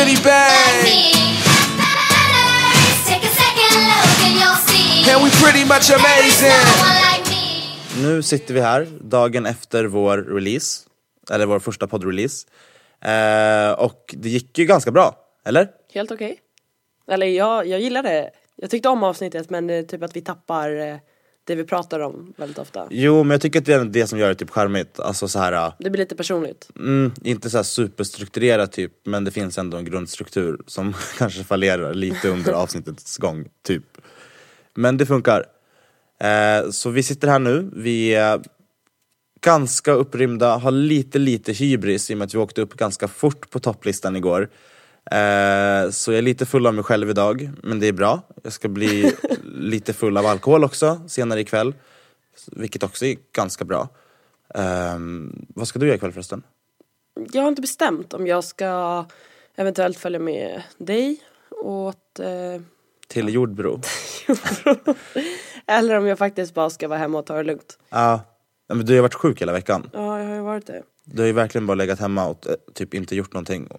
Chitty bang. And we pretty much amazing. Nu sitter vi här dagen efter vår release, eller vår första poddrelease. Och det gick ju ganska bra, eller? Helt okej. Eller jag gillar det. Jag tyckte om avsnittet, men det är typ att vi tappar det vi pratar om väldigt ofta. Jo, men jag tycker att det är det som gör det typ charmigt. Alltså så här. Det blir lite personligt. Inte så här superstrukturerat typ, men det finns ändå en grundstruktur som kanske fallerar lite under avsnittets gång typ. Men det funkar. Så vi sitter här nu. Vi är ganska upprymda, har lite hybris i och med att vi åkte upp ganska fort på topplistan igår. Så jag är lite full av mig själv idag, men det är bra. Jag ska bli lite full av alkohol också senare ikväll, vilket också är ganska bra. Vad ska du göra ikväll förresten? Jag har inte bestämt om jag ska eventuellt följa med dig åt till Jordbro. Eller om jag faktiskt bara ska vara hemma och ta det lugnt. Ja, men du har varit sjuk hela veckan. Ja, jag har ju varit det. Du har ju verkligen bara legat hemma och typ inte gjort någonting.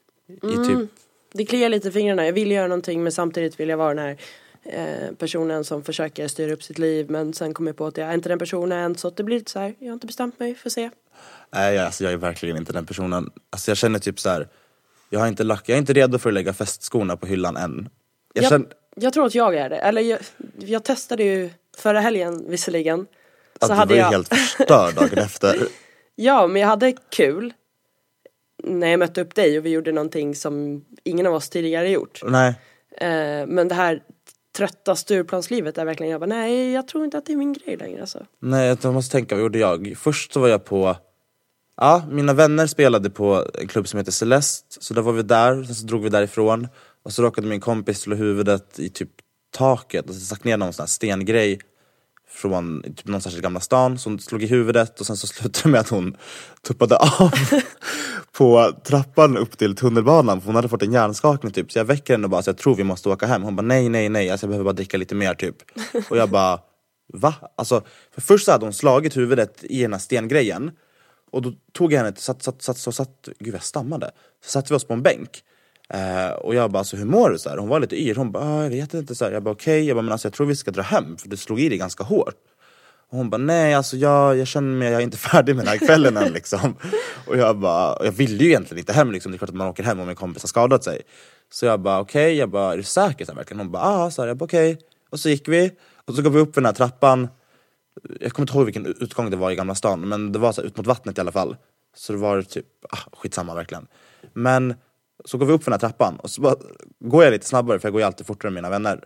Det kliar lite i fingrarna. Jag vill göra någonting, men samtidigt vill jag vara den här personen som försöker styra upp sitt liv. Men sen kommer jag på att jag är inte den personen. Så det blir lite så här, jag har inte bestämt mig, för att se. Nej, alltså jag är verkligen inte den personen. Alltså jag känner typ så här, jag är inte redo för att lägga festskorna på hyllan än. Jag tror att jag är det. Eller jag testade ju förra helgen visserligen. Att så du var ju helt förstörd dagen efter. Ja, men jag hade kul när jag mötte upp dig och vi gjorde någonting som ingen av oss tidigare gjort. Nej. Men det här trötta Stureplanslivet är verkligen, jag bara, nej, jag tror inte att det är min grej längre alltså. Nej, jag måste tänka, vad gjorde jag? Först så var jag på, mina vänner spelade på en klubb som heter Celeste. Så då var vi där, sen så drog vi därifrån. Och så råkade min kompis slå huvudet i typ taket och så stack ner någon sån här stengrej från typ någon särskild Gamla stan, som slog i huvudet. Och sen så slutade det med att hon tuppade av på trappan upp till tunnelbanan, för hon hade fått en hjärnskakning typ. Så jag väcker henne och bara, så jag tror vi måste åka hem. Hon bara, nej, alltså jag behöver bara dricka lite mer typ. Och jag bara, va? Alltså, för först så hade hon slagit huvudet i den här stengrejen. Och då tog jag henne, gud jag stammade. Så satte vi oss på en bänk. Och jag bara, alltså hur mår du? Så här? Hon var lite yr. Hon bara, jag vet inte. Så här. Jag bara, okej. Jag bara, men alltså jag tror vi ska dra hem, för det slog i dig ganska hårt. Och hon bara, nej alltså jag känner mig, jag är inte färdig med den här kvällen än liksom. Och jag bara, jag ville ju egentligen inte hem liksom. Det är klart att man åker hem om en kompis har skadat sig. Så jag bara, okej. Jag bara, är du säker? Så här, verkligen. Hon bara, så här. Jag bara, okej. Och så gick vi. Och så går vi upp för den här trappan. Jag kommer inte ihåg vilken utgång det var i Gamla stan, men det var så här, ut mot vattnet i alla fall. Så det var typ, skitsamma verkligen. Men så går vi upp för den här trappan och så bara går jag lite snabbare, för jag går ju alltid fortare än mina vänner.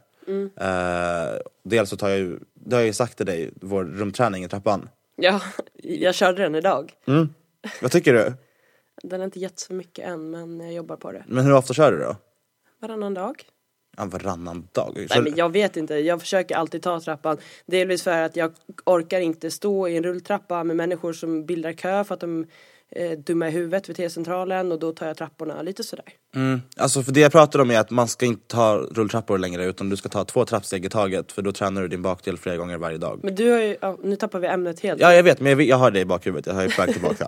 Dels så tar jag ju, det har jag ju sagt till dig, vår rumträning i trappan. Ja, jag körde den idag. Vad tycker du? Den har inte gett så mycket än, men jag jobbar på det. Men hur ofta kör du då? Varannan dag. Ja, varannan dag? Nej, men jag vet inte, jag försöker alltid ta trappan. Delvis för att jag orkar inte stå i en rulltrappa med människor som bildar kö för att de dumma i huvudet vid T-centralen, och då tar jag trapporna lite sådär. Alltså för det jag pratar om är att man ska inte ta rulltrappor längre, utan du ska ta 2 trappsteg i taget, för då tränar du din bakdel flera gånger varje dag. Men du har ju, nu tappar vi ämnet helt. Ja, jag vet, men jag har det i bakhuvudet, jag har ju på väg tillbaka.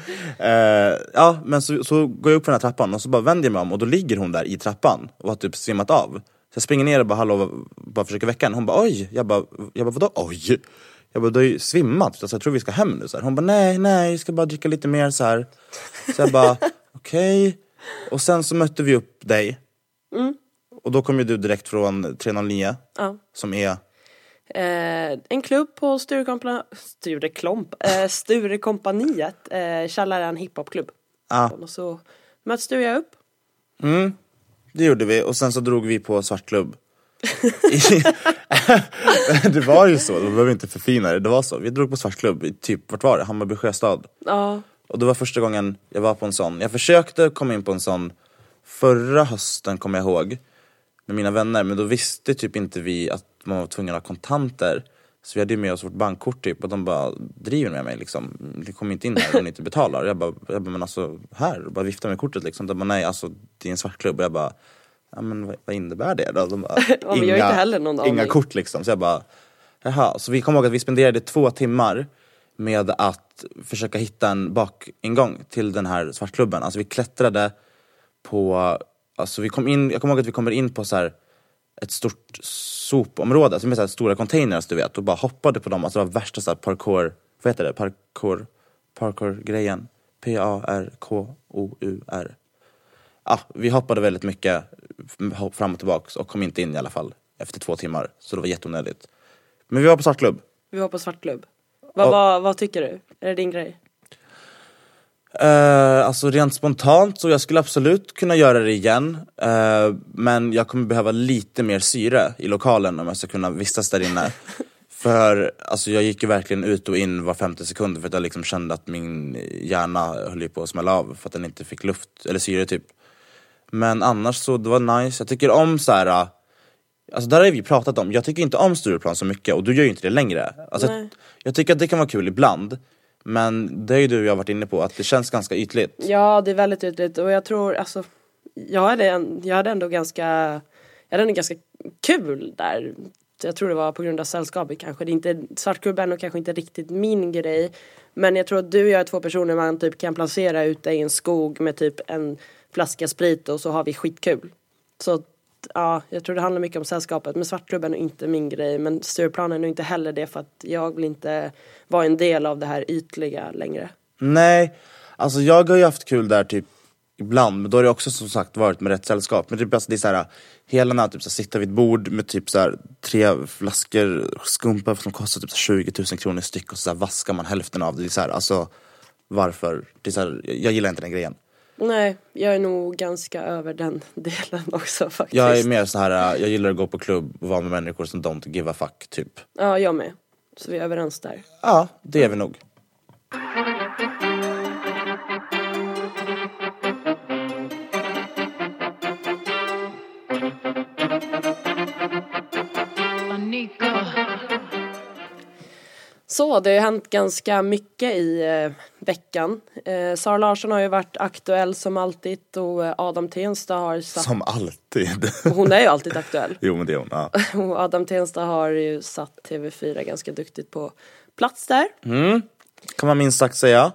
Men så går jag upp för den här trappan och så bara vänder jag mig om, och då ligger hon där i trappan och har typ svimmat av. Så jag springer ner och bara försöker väcka henne. Hon bara, oj. Jag bara, vadå oj? Jag bara, du har ju svimmat. Så jag tror vi ska hem nu. Så här. Hon bara, nej, jag ska bara dricka lite mer så här. Så jag bara, okej. Och sen så mötte vi upp dig. Och då kom ju du direkt från 309. Ja. Som är... en klubb på Sturekompaniet. Källaren hiphopklubb. Ja. Och så möts du och jag upp. Det gjorde vi. Och sen så drog vi på Svartklubb. Det var ju så. Det behöver inte förfina det. Det var så. Vi drog på Svartklubb i typ, vart var det? Hammarby Sjöstad. Ja. Och det var första gången jag var på en sån. Jag försökte komma in på en sån förra hösten, kommer jag ihåg, med mina vänner. Men då visste typ inte vi att man var tvungen att ha kontanter. Så vi hade ju med oss vårt bankkort typ. Och de bara, driver med mig liksom. Ni kommer inte in här om ni inte betalar. Jag bara, men alltså här. Bara vifta med kortet liksom. De bara, nej alltså det är en Svartklubb. Och jag bara, ja men vad innebär det då? De bara, ja, men jag inte heller någon inga kort liksom. Så jag bara, jaha. Så vi kommer ihåg att vi spenderade 2 timmar med att försöka hitta en bakingång till den här Svartklubben. Alltså vi klättrade på alltså jag kommer ihåg att vi kommer in på så här ett stort sopområde, alltså med så här stora containers du vet, och bara hoppade på dem, alltså det var värsta så här parkour, vad heter det? Parkour-grejen. Parkour. Ja, vi hoppade väldigt mycket fram och tillbaks och kom inte in i alla fall efter 2 timmar, så det var jätteonödigt. Men vi var på svartklubb. Vad tycker du? Är det din grej? Alltså rent spontant så jag skulle absolut kunna göra det igen, men jag kommer behöva lite mer syre i lokalen om jag ska kunna vistas där inne. För alltså jag gick ju verkligen ut och in var 50 sekunder för att jag liksom kände att min hjärna höll på att smälla av för att den inte fick luft eller syre typ. Men annars så det var nice. Jag tycker om så här, alltså där har vi pratat om. Jag tycker inte om Stureplan så mycket och du gör ju inte det längre. Alltså jag tycker att det kan vara kul ibland. Men det är ju du och jag varit inne på att det känns ganska ytligt. Ja, det är väldigt ytligt och jag tror alltså jag hade ändå ganska kul där. Jag tror det var på grund av sällskapet kanske. Det är inte, svartklubben och kanske inte riktigt min grej. Men jag tror att du och jag är 2 personer man typ kan placera ute i en skog med typ en flaska sprit och så har vi skitkul. Så ja, jag tror det handlar mycket om sällskapet. Men svartklubben är inte min grej. Men Stureplanen är inte heller det för att jag vill inte vara en del av det här ytliga längre. Nej, alltså jag har ju haft kul där typ ibland, men då har det också som sagt varit med rätt sällskap. Men det är så här, hela natten typ, så sitta vid ett bord med typ så här 3 flaskor skumpa som kostar typ 20 000 kronor styck och så här vaskar man hälften av det. Det är så här, alltså varför? Det är så här, jag gillar inte den grejen. Nej, jag är nog ganska över den delen också faktiskt. Jag är mer så här, jag gillar att gå på klubb och vara med människor som don't give a fuck typ. Ja, jag med. Så vi är överens där. Ja, det är vi nog. Så det har hänt ganska mycket i veckan. Sara Larsson har ju varit aktuell som alltid och Adam Tensta har satt... Som alltid. Hon är ju alltid aktuell. Jo, men det är hon, ja. Och Adam Tensta har ju satt TV4 ganska duktigt på plats där. Kan man minst sagt säga.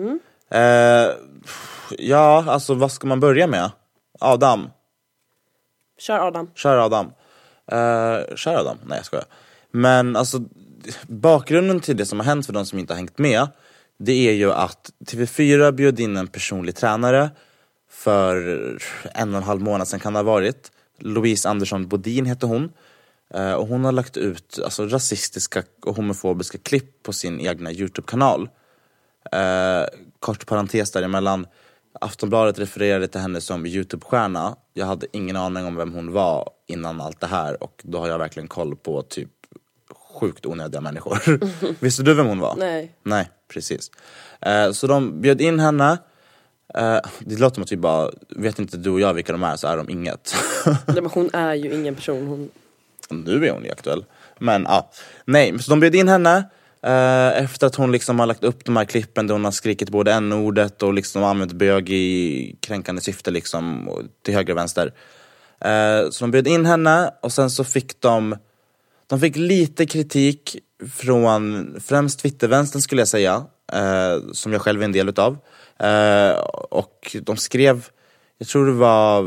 Ja, alltså vad ska man börja med? Adam. Kör Adam. Kör Adam. Nej, jag skojar. Men alltså bakgrunden till det som har hänt för de som inte har hängt med, det är ju att TV4 bjöd in en personlig tränare för 1,5 månad sedan kan det ha varit. Louise Andersson Bodin heter hon. Och hon har lagt ut alltså, rasistiska och homofobiska klipp på sin egna YouTube-kanal. Kort parentes däremellan. Aftonbladet refererade till henne som YouTube-stjärna. Jag hade ingen aning om vem hon var innan allt det här. Och då har jag verkligen koll på typ sjukt onödiga människor. Visste du vem hon var? Nej, precis. Så de bjöd in henne. Det låter som att vi bara, vet inte du och jag vilka de är så är de inget. Nej, men hon är ju ingen person. Nu är hon ju aktuell. Men ja, nej, så de bjöd in henne. Efter att hon liksom har lagt upp de här klippen där hon har skrikit både n-ordet och liksom använt bög i kränkande syfte liksom till höger och vänster. Så de bjöd in henne och sen så fick de fick lite kritik från främst Twittervänstern skulle jag säga, som jag själv är en del utav. Och de skrev, jag tror det var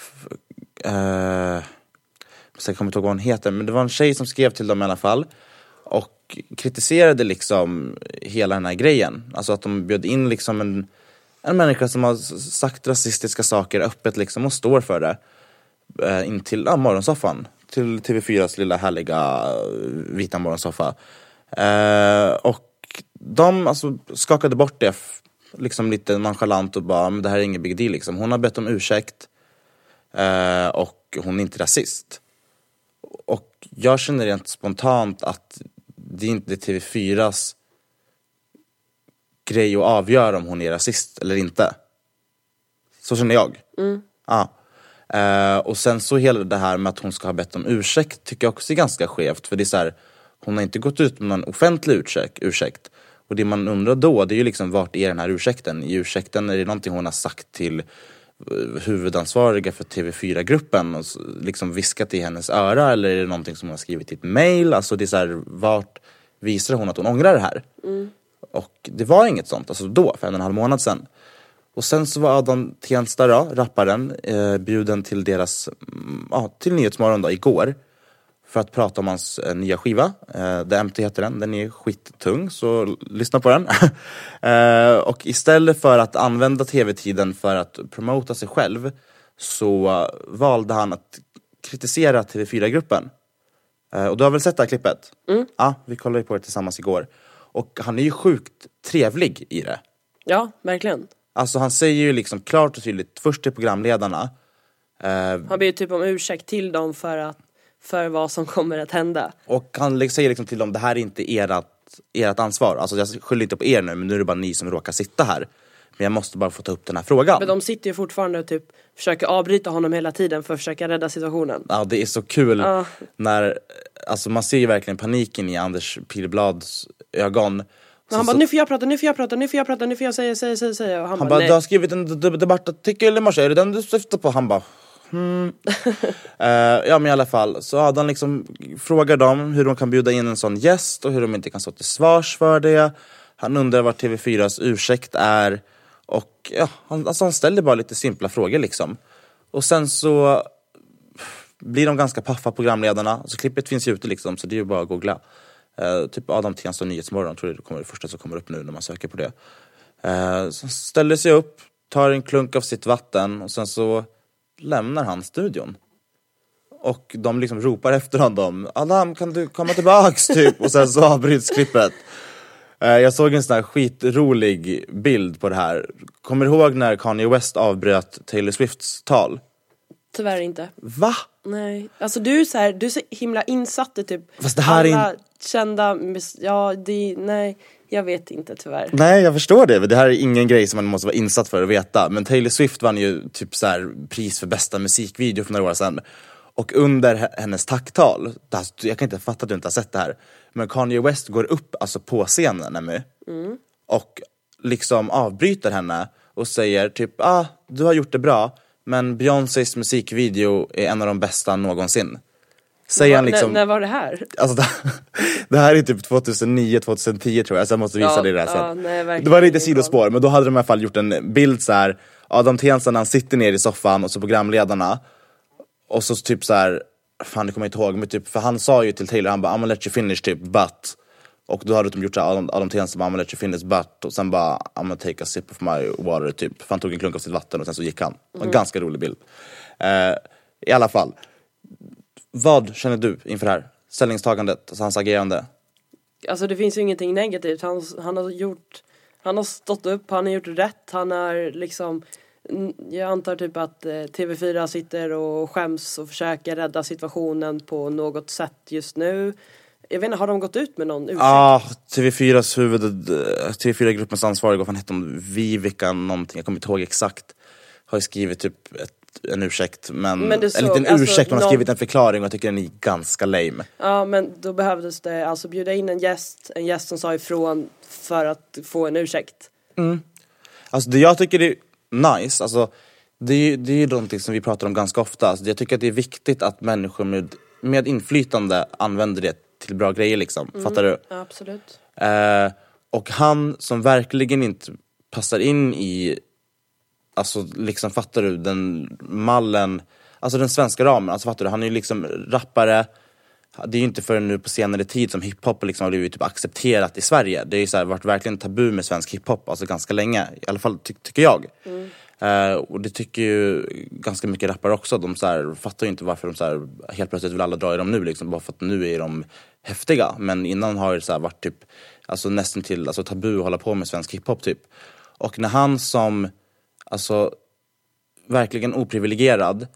jag kommer inte ihåg vad hon heter, men det var en tjej som skrev till dem i alla fall och kritiserade liksom hela den här grejen. Alltså att de bjöd in liksom en människa som har sagt rasistiska saker öppet liksom och står för det in till morgonsoffan, till TV4s lilla härliga vita morgonsoffa. Och de alltså skakade bort det liksom lite nonchalant och bara, men det här är ingen big deal liksom. Hon har bett om ursäkt och hon är inte rasist. Och jag känner rent spontant att det är inte TV4s grej att avgöra om hon är rasist eller inte. Så känner jag. Ja. Och sen så hela det här med att hon ska ha bett om ursäkt tycker jag också är ganska skevt. För det är så här, hon har inte gått ut med någon offentlig ursäkt. Och det man undrar då, det är ju liksom, vart är den här ursäkten? I ursäkten, är det någonting hon har sagt till huvudansvariga för TV4-gruppen och liksom viskat i hennes öra, eller är det någonting som hon har skrivit i ett mail? Alltså det är så här, vart visar hon att hon ångrar det här? Och det var inget sånt, alltså då, för 1,5 månad sedan. Och sen så var Adam Tensta då, rapparen, bjuden till deras, till Nyhetsmorgon då, igår. För att prata om hans nya skiva. The Empty heter den. Den är skittung, så lyssna på den. Och istället för att använda tv-tiden för att promota sig själv, så valde han att kritisera TV4-gruppen. Och du har väl sett det här klippet? Ja, vi kollade ju på det tillsammans igår. Och han är ju sjukt trevlig i det. Ja, verkligen. Alltså han säger ju liksom klart och tydligt först till programledarna. Han ber typ om ursäkt till dem för vad som kommer att hända. Och han säger liksom till dem, det här är inte ert ansvar. Alltså jag skyller inte på er nu, men nu är det bara ni som råkar sitta här. Men jag måste bara få ta upp den här frågan. Men de sitter ju fortfarande och typ försöker avbryta honom hela tiden för att försöka rädda situationen. Ja, det är så kul när, alltså man ser ju verkligen paniken i Anders Pileblads ögon. Men han bara, nu får jag prata, nu får jag säga. Och han bara, du har skrivit en debattartikel i morse, är det den du syftar på? Han bara, ja men i alla fall, så hade han liksom frågar dem hur de kan bjuda in en sån gäst och hur de inte kan stå till svars för det. Han undrar vad TV4s ursäkt är. Och ja, han ställer bara lite simpla frågor liksom. Och sen så blir de ganska paffa, programledarna. Så klippet finns ju ute liksom, så det är ju bara att googla. Typ Adam Tensta och Nyhetsmorgon, tror jag det kommer det första som kommer upp nu när man söker på det. Så ställer sig upp, tar en klunk av sitt vatten och sen så lämnar han studion. Och de liksom ropar efter honom, Adam, kan du komma tillbaks typ? Och sen så avbryts klippet. Jag såg en sån här skitrolig bild på det här. Kommer du ihåg när Kanye West avbröt Taylor Swifts tal? Tyvärr inte. Va? Nej. Alltså du är så himla insatt i typ fast det här alla kända, nej, jag vet inte tyvärr. Nej, jag förstår det. Det här är ingen grej som man måste vara insatt för att veta. Men Taylor Swift vann ju typ så här pris för bästa musikvideo för några år sedan. Och under hennes tacktal, jag kan inte fatta att du inte har sett det här, men Kanye West går upp alltså på scenen och liksom avbryter henne och säger typ, du har gjort det bra, men Beyoncés musikvideo är en av de bästa någonsin. Säger han liksom, när var det här? Alltså det här är typ 2009-2010 tror jag, så jag måste visa dig det här sen. Nej, det var lite sidospår, men då hade de i alla fall gjort en bild så här, Adam Tensta när han sitter ner i soffan och så programledarna. Och så typ så här, fan det kommer jag inte ihåg, men typ, för han sa ju till Taylor, han bara, I'm gonna let you finish typ, but. Och då hade de gjort så här, Adam Tensta bara, I'm gonna let you finish, but. Och sen bara, I'm gonna take a sip of my water typ. För han tog en klunk av sitt vatten och sen så gick han. En ganska rolig bild. I alla fall. Vad känner du inför det här? Ställningstagandet, alltså hans agerande? Alltså det finns ju ingenting negativt. Han har stått upp, han har gjort rätt. Han har liksom, jag antar typ att TV4 sitter och skäms och försöker rädda situationen på något sätt just nu. Jag vet inte, har de gått ut med någon ursäkt? TV4-gruppens ansvarig, vad fan hette hon? Vivica någonting, jag kommer inte ihåg exakt. Har ju skrivit typ en ursäkt, men en liten ursäkt, hon har skrivit en förklaring och jag tycker den är ganska lame. Ja, men då behövdes det alltså bjuda in en gäst som sa ifrån för att få en ursäkt. Alltså det jag tycker är nice, alltså det är ju någonting som vi pratar om ganska ofta. Alltså, jag tycker att det är viktigt att människor med inflytande använder det till bra grejer liksom, fattar du? Ja, absolut. Och han som verkligen inte passar in i, alltså liksom, fattar du, den mallen, alltså den svenska ramen, alltså fattar du, han är ju liksom rappare. Det är ju inte förrän nu på senare tid som hiphop liksom har blivit typ accepterat i Sverige. Det är ju så här, varit verkligen tabu med svensk hiphop, alltså ganska länge, i alla fall tycker jag. Och det tycker ju ganska mycket rappare också. De så här, fattar ju inte varför de så här, helt plötsligt vill alla dra i dem nu liksom, bara för att nu är de häftiga. Men innan har det så här varit typ, alltså nästan till, alltså tabu att hålla på med svensk hiphop typ. Och när han som, alltså verkligen oprivilegierad,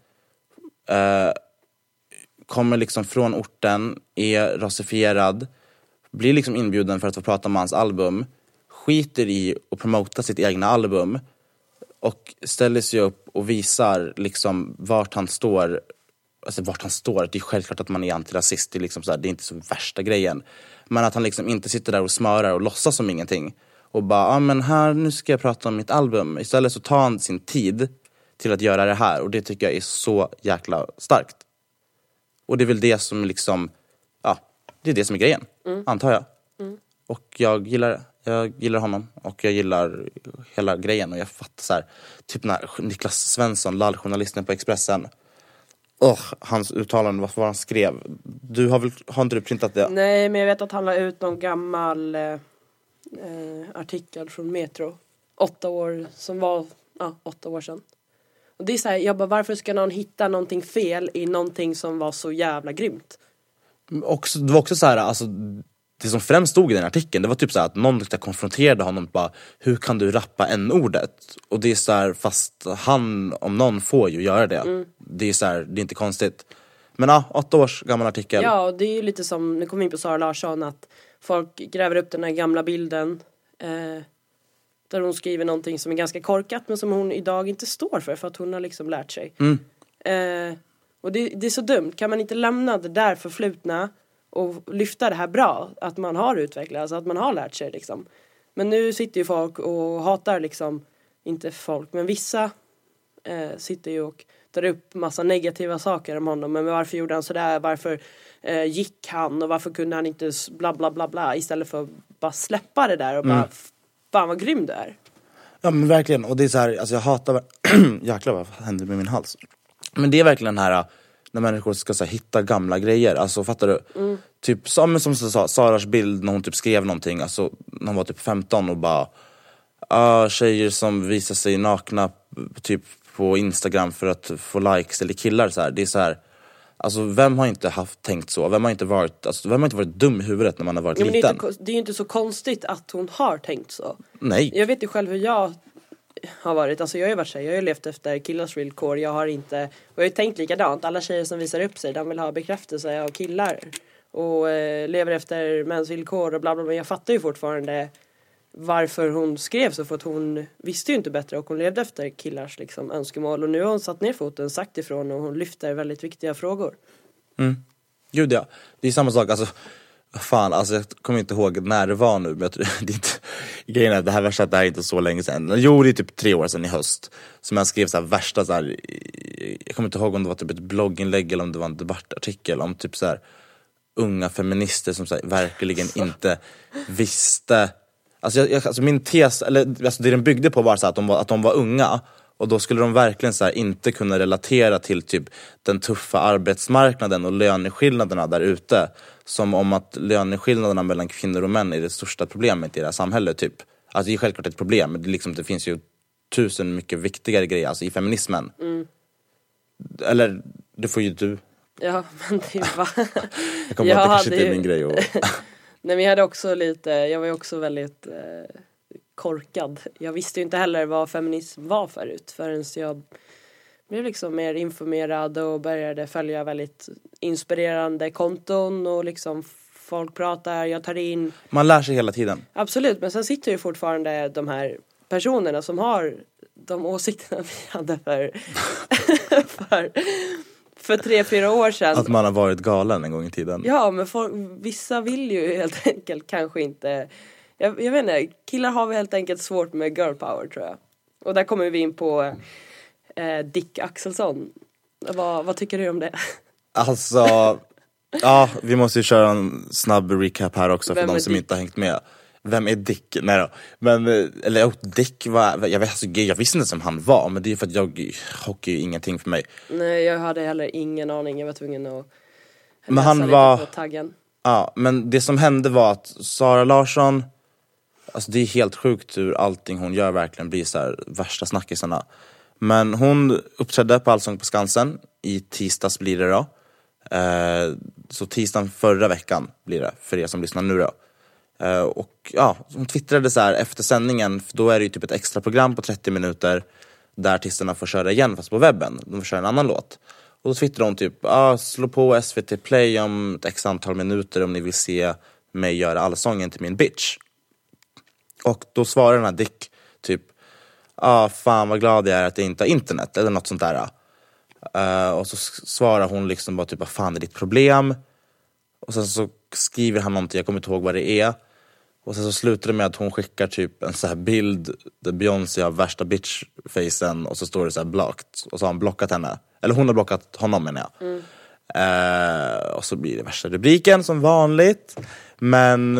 kommer liksom från orten, är rasifierad, blir liksom inbjuden för att få prata om hans album, skiter i att promota sitt egna album och ställer sig upp och visar liksom vart han står. Alltså vart han står, det är självklart att man är antirasist, det är liksom så här, det är inte så värsta grejen. Men att han liksom inte sitter där och smörar och låtsas som ingenting och bara, men här, nu ska jag prata om mitt album. Istället så tar han sin tid till att göra det här, och det tycker jag är så jäkla starkt. Och det är väl det som liksom, ja, det är det som är grejen, antar jag. Och jag gillar det. Jag gillar honom och jag gillar hela grejen. Och jag fattar så här, typ när Niklas Svensson, lalljournalisten på Expressen, hans uttalande, vad han skrev. Har inte du printat det? Nej, men jag vet att han la ut någon gammal artikel från Metro. 8 år sedan. Och det är så här, jag bara, varför ska någon hitta någonting fel i någonting som var så jävla grymt? Det var också så här, alltså, det som främst stod i den artikeln, det var typ så här att någon konfronterade honom bara, hur kan du rappa n-ordet? Och det är så här, fast han om någon får ju göra det. Det är så här, det är inte konstigt. Men 8 års gammal artikel. Ja, och det är ju lite som, nu kommer vi in på Sara Larsson, att folk gräver upp den här gamla bilden där hon skriver någonting som är ganska korkat, men som hon idag inte står för att hon har liksom lärt sig. Och det är så dumt. Kan man inte lämna det där förflutna och lyfta det här bra, att man har utvecklats, att man har lärt sig liksom. Men nu sitter ju folk och hatar liksom, inte folk, men vissa sitter ju och tar upp massa negativa saker om honom. Men varför gjorde han sådär? Varför gick han? Och varför kunde han inte bla bla bla bla? Istället för att bara släppa det där och bara, fan vad grym du är. Ja men verkligen, och det är så här, alltså jag hatar jäklar vad händer med min hals. Men det är verkligen den här, när människor ska så här, hitta gamla grejer, alltså fattar du? Typ som du sa, Saras bild när hon typ skrev någonting, alltså när hon var typ 15 och bara tjejer som visar sig nakna typ på Instagram för att få likes, eller killar så här. Det är så här, alltså vem har inte tänkt så? Vem har inte varit dum i huvudet när man har varit liten? Det är ju inte så konstigt att hon har tänkt så. Nej. Jag vet ju själv hur jag har varit. Alltså jag har ju varit tjej. Jag har ju levt efter killars villkor. Jag har ju tänkt likadant. Alla tjejer som visar upp sig, de vill ha bekräftelse av killar. Och lever efter mäns villkor och bla bla bla. Men jag fattar ju fortfarande varför hon skrev så, för att hon visste ju inte bättre och hon levde efter killars liksom önskemål. Och nu har hon satt ner foten, sagt ifrån, och hon lyfter väldigt viktiga frågor. Gud ja, det är samma sak, alltså fan, alltså jag kommer inte ihåg när det var nu, men jag tror, det är inte, grejen är, det här värsta, det här är inte så länge sedan. Jo, det är typ 3 år sedan i höst som jag skrev så här värsta så här, jag kommer inte ihåg om det var typ ett blogginlägg eller om det var en debattartikel om typ så här unga feminister som så här, verkligen inte visste. Alltså min tes, eller alltså det den byggde på var så att de var unga, och då skulle de verkligen så här inte kunna relatera till typ den tuffa arbetsmarknaden och löneskillnaderna där ute, som om att löneskillnaderna mellan kvinnor och män är det största problemet i det här samhället typ. Alltså det är självklart ett problem, men det finns ju 1000 mycket viktigare grejer alltså i feminismen. Eller det får ju du. Ja, men det var jag kommer att det kanske inte är min grej och nej, men jag hade också jag var ju också väldigt korkad. Jag visste ju inte heller vad feminism var förrän jag blev liksom mer informerad och började följa väldigt inspirerande konton och liksom folk pratar, jag tar in. Man lär sig hela tiden. Absolut, men sen sitter ju fortfarande de här personerna som har de åsikterna vi hade för 3-4 år sedan. Att man har varit galen en gång i tiden. Ja, men vissa vill ju helt enkelt kanske inte. Jag vet inte, killar har vi helt enkelt svårt med girl power, tror jag. Och där kommer vi in på Dick Axelsson. Vad tycker du om det? Alltså, ja, vi måste ju köra en snabb recap här också för de som inte har hängt med. Vem är Dick? Nej då. Men, Dick var, jag visste inte som han var, men det är för att hockey är ju ingenting för mig. Nej, jag hade heller ingen aning, jag var tvungen att men han var på taggen. Ja, men det som hände var att Sara Larsson, alltså det är helt sjukt hur allting hon gör verkligen blir så här värsta snackisarna. Men hon uppträdde på Allsång på Skansen i tisdags blir det då. Så tisdagen förra veckan blir det för er som lyssnar nu då. Och ja, hon twittrade så här efter sändningen, för då är det ju typ ett extra program på 30 minuter där artisterna får köra igen fast på webben. De får köra en annan låt. Och då twittrade hon typ, slå på SVT Play om ett x antal minuter om ni vill se mig göra allsången till min bitch. Och då svarar den här Dick typ, fan vad glad jag är att jag inte har internet eller något sånt där. Och så svarar hon liksom bara typ, vad fan är ditt problem? Och sen så skriver han någonting, jag kommer inte ihåg vad det är. Och sen så slutar det med att hon skickar typ en så här bild där Beyoncé har värsta bitchfacen och så står det så här blocked. Och så har han blockat henne. Eller hon har blockat honom, menar jag. Och så blir det värsta rubriken som vanligt. Men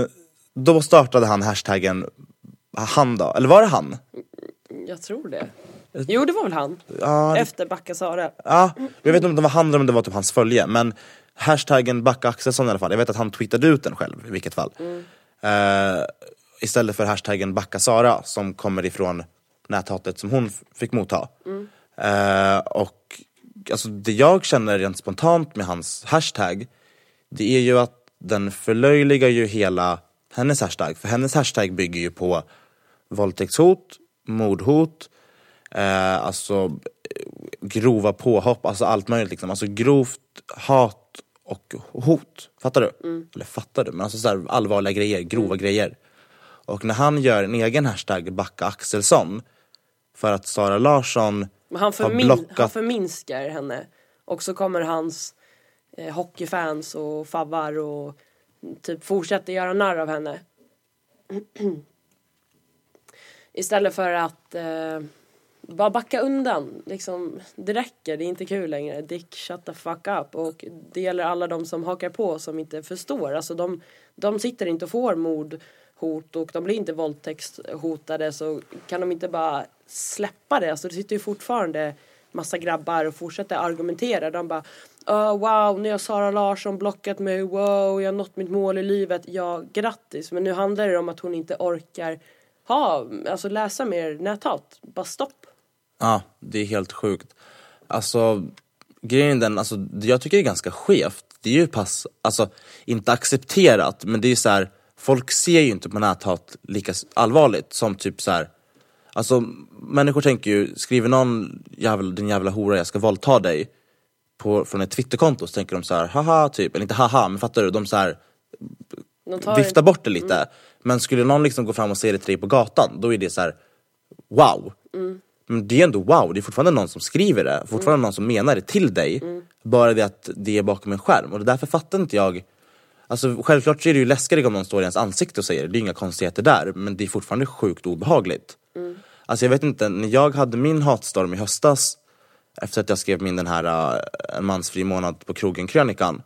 Då startade han hashtaggen han då, eller var det han? Jag tror det. Jo, det var väl han. Ja, Efter Backa Sara. ja, jag vet inte om det var han eller om det var typ hans följe, men hashtaggen Backa Axelsson i alla fall. Jag vet att han tweetade ut den själv i vilket fall. Istället för hashtaggen Backa Sara som kommer ifrån näthatet som hon fick motta. Och alltså, det jag känner rent spontant med hans hashtag, det är ju att den förlöjligar ju hela hennes hashtag. För hennes hashtag bygger ju på våldtäktshot, mordhot, alltså grova påhopp, alltså allt möjligt liksom. Alltså grovt hat och hot. Fattar du? Eller fattar du? Men alltså så här allvarliga grejer, grova grejer. Och när han gör en egen hashtag Backa Axelsson för att Sara Larsson Men har blockat... han förminskar henne. Och så kommer hans hockeyfans och favvar och typ fortsätter göra narr av henne. Istället för att bara backa undan. Liksom, det räcker, det är inte kul längre. Dick, shut the fuck up. Och det gäller alla de som hakar på som inte förstår. Alltså de sitter inte och får mordhot och de blir inte våldtäktshotade, så kan de inte bara släppa det. Alltså det sitter ju fortfarande massa grabbar och fortsätter argumentera. De bara, wow, nu har Sara Larsson blockat mig. Wow, jag har nått mitt mål i livet. Ja, grattis. Men nu handlar det om att hon inte orkar läsa mer näthat. Bara stopp. Ja, det är helt sjukt. Alltså, grejen den, alltså, jag tycker det är ganska skevt. Det är ju inte accepterat, men det är ju så här, folk ser ju inte på näthat lika allvarligt som typ så här. Alltså, människor tänker ju, skriver någon din jävla hora, jag ska våldta dig från ett Twitterkonto, så tänker de så här, haha, typ, eller inte haha, men fattar du, de så här viftar bort det lite. Men skulle någon liksom gå fram och säga det till dig på gatan, då är det så här, wow. Men det är ändå wow, det är fortfarande någon som skriver det, fortfarande någon som menar det till dig. Bara det att det är bakom en skärm. Och därför fattar inte jag. Alltså självklart så är det ju läskigt om någon står i ens ansikte och säger det. Det är inga konstigheter där, men det är fortfarande sjukt obehagligt. Alltså jag vet inte, när jag hade min hatstorm i höstas, efter att jag skrev min den här en mansfri månad på krogen-krönikan,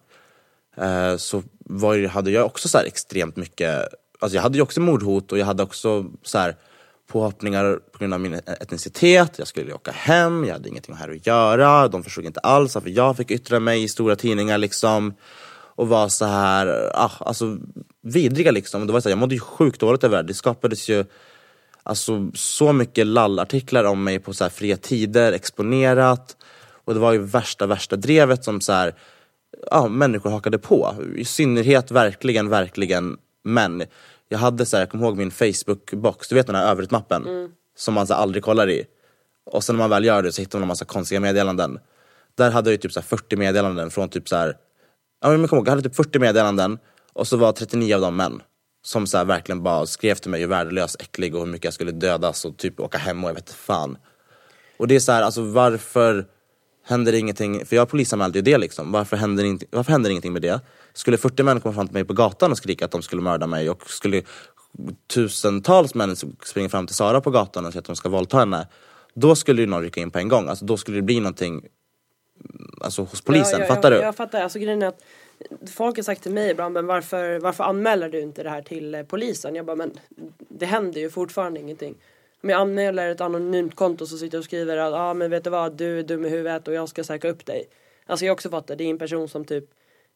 så hade jag också så här extremt mycket, alltså jag hade ju också mordhot och jag hade också så här påhoppningar på grund av min etnicitet. Jag skulle åka hem, jag hade ingenting här att göra. De förstod inte alls varför jag fick yttra mig i stora tidningar liksom. Och var så här, alltså vidriga liksom. Och det var så här, jag mådde ju sjukt dåligt över det. Det skapades ju alltså så mycket lallartiklar om mig på så här fria tider, exponerat. Och det var ju värsta drevet som så här, människor hakade på. I synnerhet verkligen män. Jag hade så här, jag kommer ihåg min Facebook-box, du vet den här övrigt-mappen som man så här aldrig kollar i. Och sen när man väl gör det så hittar man en massa konstiga meddelanden. Där hade jag typ så här 40 meddelanden från typ så här, jag kommer ihåg, jag hade typ 40 meddelanden och så var 39 av dem män. Som så här verkligen bara skrev till mig hur värdelös, äcklig och hur mycket jag skulle dödas och typ åka hem och jag vet fan. Och det är så här, alltså varför händer ingenting? För jag polisanmälde ju det liksom. Varför händer ingenting med det? Skulle 40 män komma fram till mig på gatan och skrika att de skulle mörda mig, och skulle tusentals män springa fram till Sara på gatan och säga att de ska våldta henne, då skulle ju någon rycka in på en gång. Alltså då skulle det bli någonting, alltså hos polisen, fattar du? Jag fattar, alltså grejen är att folk har sagt till mig ibland, men varför anmäler du inte det här till polisen? Jag bara, men det händer ju fortfarande ingenting. Om jag anmäler ett anonymt konto så sitter jag och skriver att men vet du vad, du är dum i huvudet och jag ska söka upp dig. Alltså jag har också fattat, det är en person som typ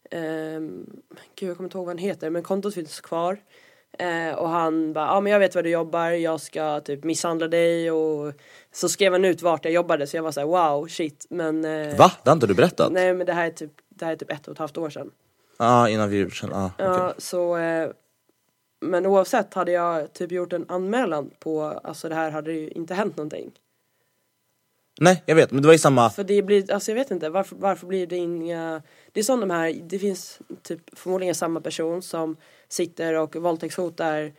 gud jag kommer inte ihåg vad han heter, men kontot finns kvar. Och han bara, men jag vet var du jobbar, jag ska typ misshandla dig, och så skrev han ut vart jag jobbade, så jag var så här, wow, shit, men va? Det har inte du berättat? Nej, men det här är typ 1,5 år sedan. Innan vi ja, okay. Så men oavsett hade jag typ gjort en anmälan på, alltså det här hade ju inte hänt någonting. Nej, jag vet, men det var ju samma. För det blir, alltså jag vet inte, varför blir det inga. Det är som de här, det finns typ förmodligen samma person som sitter och våldtäktshotar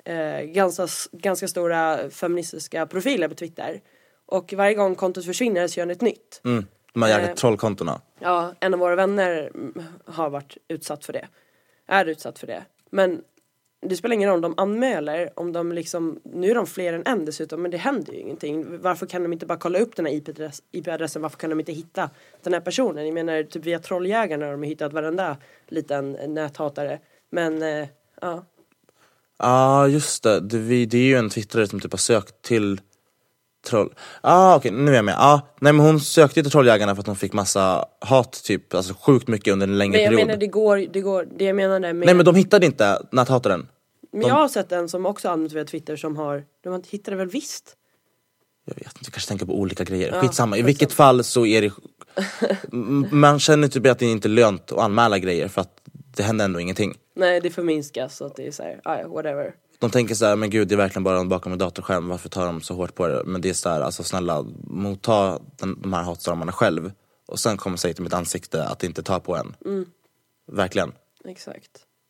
ganska stora feministiska profiler på Twitter. Och varje gång kontot försvinner så gör han ett nytt. De här jävla trollkontona. Ja, en av våra vänner har varit utsatt för det. Är utsatt för det. Men det spelar ingen roll om de anmäler, om de liksom, nu är de fler än en dessutom, men det händer ju ingenting. Varför kan de inte bara kolla upp den här IP-adressen? Varför kan de inte hitta den här personen? Jag menar, typ via trolljägarna har de hittat varenda liten näthatare. Men, ja. Just det. Det är ju en twittrare som typ har sökt till troll. Okej, nu är jag med. Nej, men hon sökte till Trolljägarna för att hon fick massa hat typ, alltså sjukt mycket under en längre period. Men jag menar det går, det jag menar med... Nej, men de hittade inte näthataren. Men jag har sett en som också använt via Twitter som har... De hittade väl visst? Jag vet inte, jag kanske tänker på olika grejer. Ja, Skitsamma, i vilket fall så är det... Man känner typ att det inte är lönt att anmäla grejer för att det händer ändå ingenting. Nej, det förminskas så att det är så här, whatever. De tänker så här, men gud, det är verkligen bara bakom en datorskärm, varför tar de så hårt på det? Men det är så här, alltså snälla, motta de här hatstormarna själv. Och sen kommer säga till mitt ansikte att inte ta på en. Verkligen. Exakt.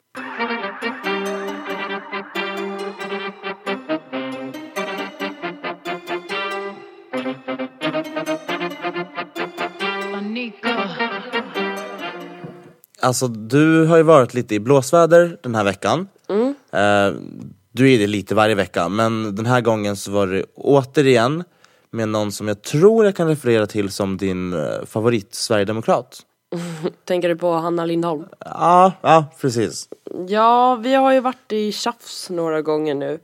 Alltså du har ju varit lite i blåsväder den här veckan. Du är det lite varje vecka, men den här gången så var det återigen med någon som jag tror jag kan referera till som din favorit Sverigedemokrat. Tänker du på Hanna Lindholm? Ja, precis. Ja, vi har ju varit i tjafs några gånger nu.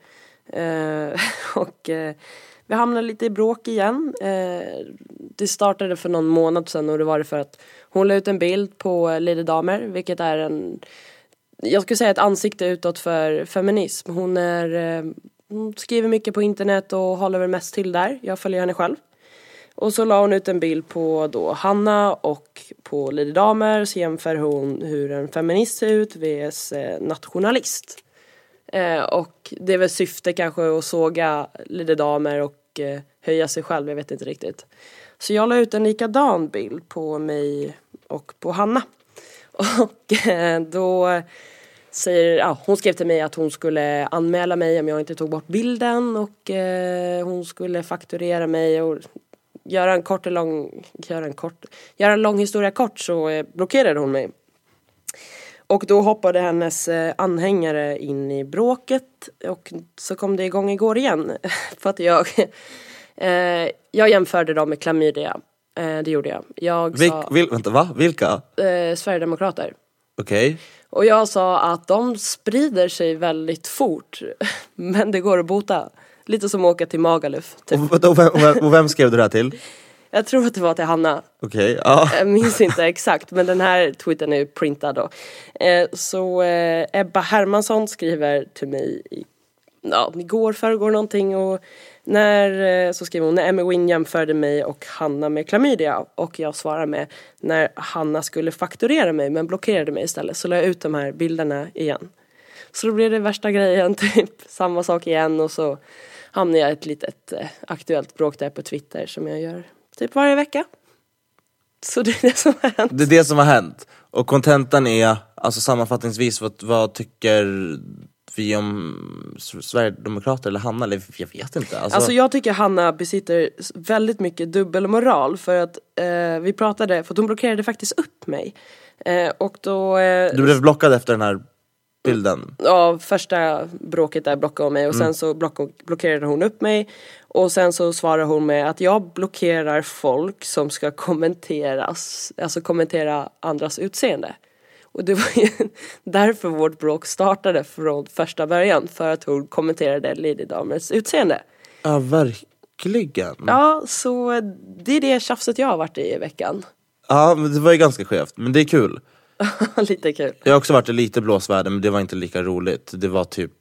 Vi hamnade lite i bråk igen. Det startade för någon månad sedan och det var det för att hon la ut en bild på Lady Damer, vilket är jag skulle säga ett ansikte utåt för feminism. Hon skriver mycket på internet och håller väl mest till där. Jag följer henne själv. Och så la hon ut en bild på då Hanna och på Lady Damer, så jämför hon hur en feminist ser ut vs nationalist. Och det är väl syfte kanske att såga Lady Damer och höja sig själv, jag vet inte riktigt. Så jag la ut en likadan bild på mig och på Hanna. Och då hon skrev till mig att hon skulle anmäla mig om jag inte tog bort bilden. Och hon skulle fakturera mig och göra en lång historia kort, så blockerade hon mig. Och då hoppade hennes anhängare in i bråket och så kom det igång igår igen. För att jag jämförde dem med klamydia. Det gjorde jag. Vänta, va? Vilka? Sverigedemokrater. Okej. Och jag sa att de sprider sig väldigt fort. Men det går att bota. Lite som att åka till Magaluf. Typ. Och vem skrev du det här till? Jag tror att det var till Hanna. Okej, ja. Jag minns inte exakt, men den här tweeten är ju printad då. Så Ebba Hermansson skriver till mig förrgår någonting, och så skriver hon: när Emmy Win jämförde mig och Hanna med klamydia, och jag svarar med när Hanna skulle fakturera mig men blockerade mig istället, så la jag ut de här bilderna igen. Så då blev det värsta grejen, typ samma sak igen, och så hamnade jag i ett litet aktuellt bråk där på Twitter som jag gör typ varje vecka. Så det är det som har hänt. Det är det som har hänt. Och kontentan är, alltså sammanfattningsvis, vad tycker vi om Sverigedemokrater eller Hanna? Eller jag vet inte. Alltså jag tycker Hanna besitter väldigt mycket dubbelmoral. För att vi pratade, för att hon blockerade faktiskt upp mig. Och då... Du blev blockad efter den här bilden? Ja, första bråket där blockade hon mig. Och sen så blockerade hon upp mig. Och sen så svarar hon med att jag blockerar folk som ska kommentera andras utseende. Och det var ju därför vårt bråk startade från första början. För att hon kommenterade Lady Damers utseende. Ja, verkligen. Ja, så det är det tjafset jag har varit i veckan. Ja, men det var ju ganska skevt. Men det är kul. Lite kul. Jag har också varit i lite blåsväder, men det var inte lika roligt. Det var typ...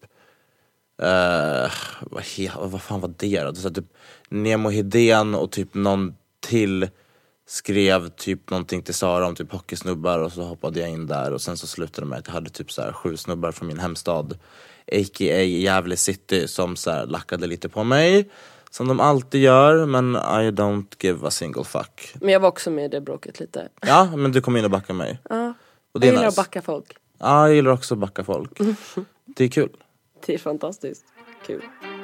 vad fan var det då? Så typ Nemo Hedén och typ någon till skrev typ någonting till Sara om typ hockeysnubbar, och så hoppade jag in där, och sen så slutade det med att jag hade typ så här 7 snubbar från min hemstad, a.k.a. Gävle City, som så här lackade lite på mig, som de alltid gör, men I don't give a single fuck. Men jag var också med i det bråket lite. Ja, men du kom in och backade mig. Ja, och det jag gillar nice. att backa folk. Ja, jag gillar också att backa folk. Det är kul. Det är fantastiskt kul.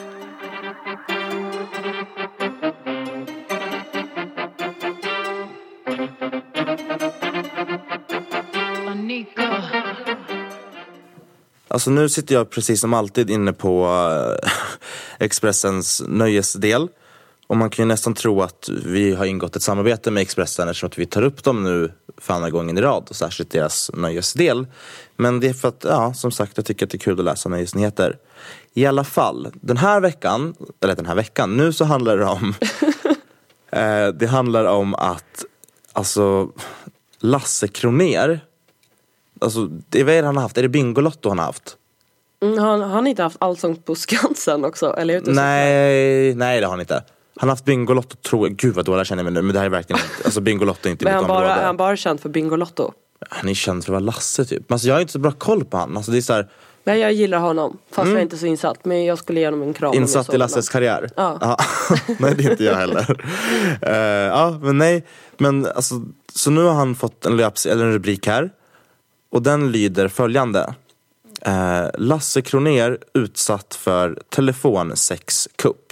Alltså nu sitter jag precis som alltid inne på Expressens nöjesdel. Och man kan ju nästan tro att vi har ingått ett samarbete med Expressen, eftersom att vi tar upp dem nu för andra gången i rad. Och särskilt deras nöjesdel. Men det är för att, ja, som sagt, jag tycker att det är kul att läsa nöjesnyheter. I alla fall, den här veckan, nu så handlar det om det handlar om att alltså Lasse Kronér, alltså det är vad han har haft, är det Bingolotto han har haft? Han har inte haft Allsång på Skansen också, eller hur? Nej, det har han inte. Han har haft Bingolotto, tror jag. Gud vad dåligt jag känner mig nu. Men det här är verkligen inte, alltså Bingolotto är inte men mitt område. Är han bara känd för Bingolotto? Han är känd för att vara Lasse typ. Men alltså jag har inte så bra koll på han. Alltså det är så här... Nej, jag gillar honom. Fast jag är inte så insatt. Men jag skulle ge honom en kram. Insatt i Lasses karriär? Ja. Nej, det är inte jag heller. Ja, men nej. Men alltså, så nu har han fått en rubrik här. Och den lyder följande. Lasse Kronér utsatt för telefonsexkupp.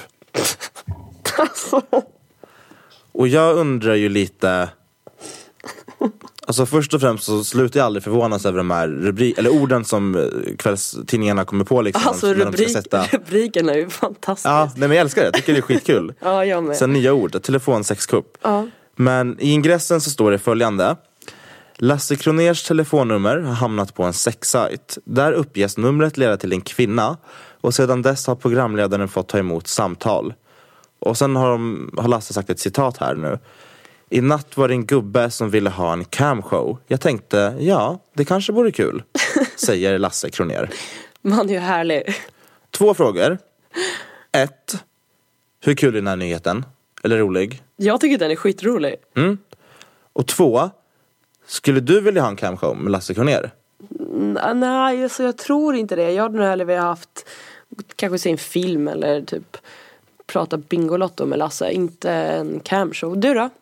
Och jag undrar ju lite... Alltså först och främst så slutar jag aldrig förvånas över de här orden som kvällstidningarna kommer på liksom. Alltså rubriken är ju fantastisk. Ja, nej, men jag älskar det. Jag tycker det är skitkul. Ja, jag med. Sen nya ord, telefonsexkupp. Ja. Men i ingressen så står det följande. Lasse Kronérs telefonnummer har hamnat på en sexsajt. Där uppges numret leda till en kvinna. Och sedan dess har programledaren fått ta emot samtal. Och sen har Lasse sagt ett citat här nu. I natt var det en gubbe som ville ha en camshow. Jag tänkte, ja, det kanske vore kul. Säger Lasse Kronér. Man är ju härlig. 2 frågor. 1. Hur kul är den här nyheten? Eller rolig? Jag tycker den är skitrolig. Och 2. Skulle du vilja ha en camshow med Lasse Kronér? Nej, alltså jag tror inte det. Jag hade nog hellre velat haft kanske se en film eller typ prata Bingolotto med Lasse. Inte en camshow. Du då?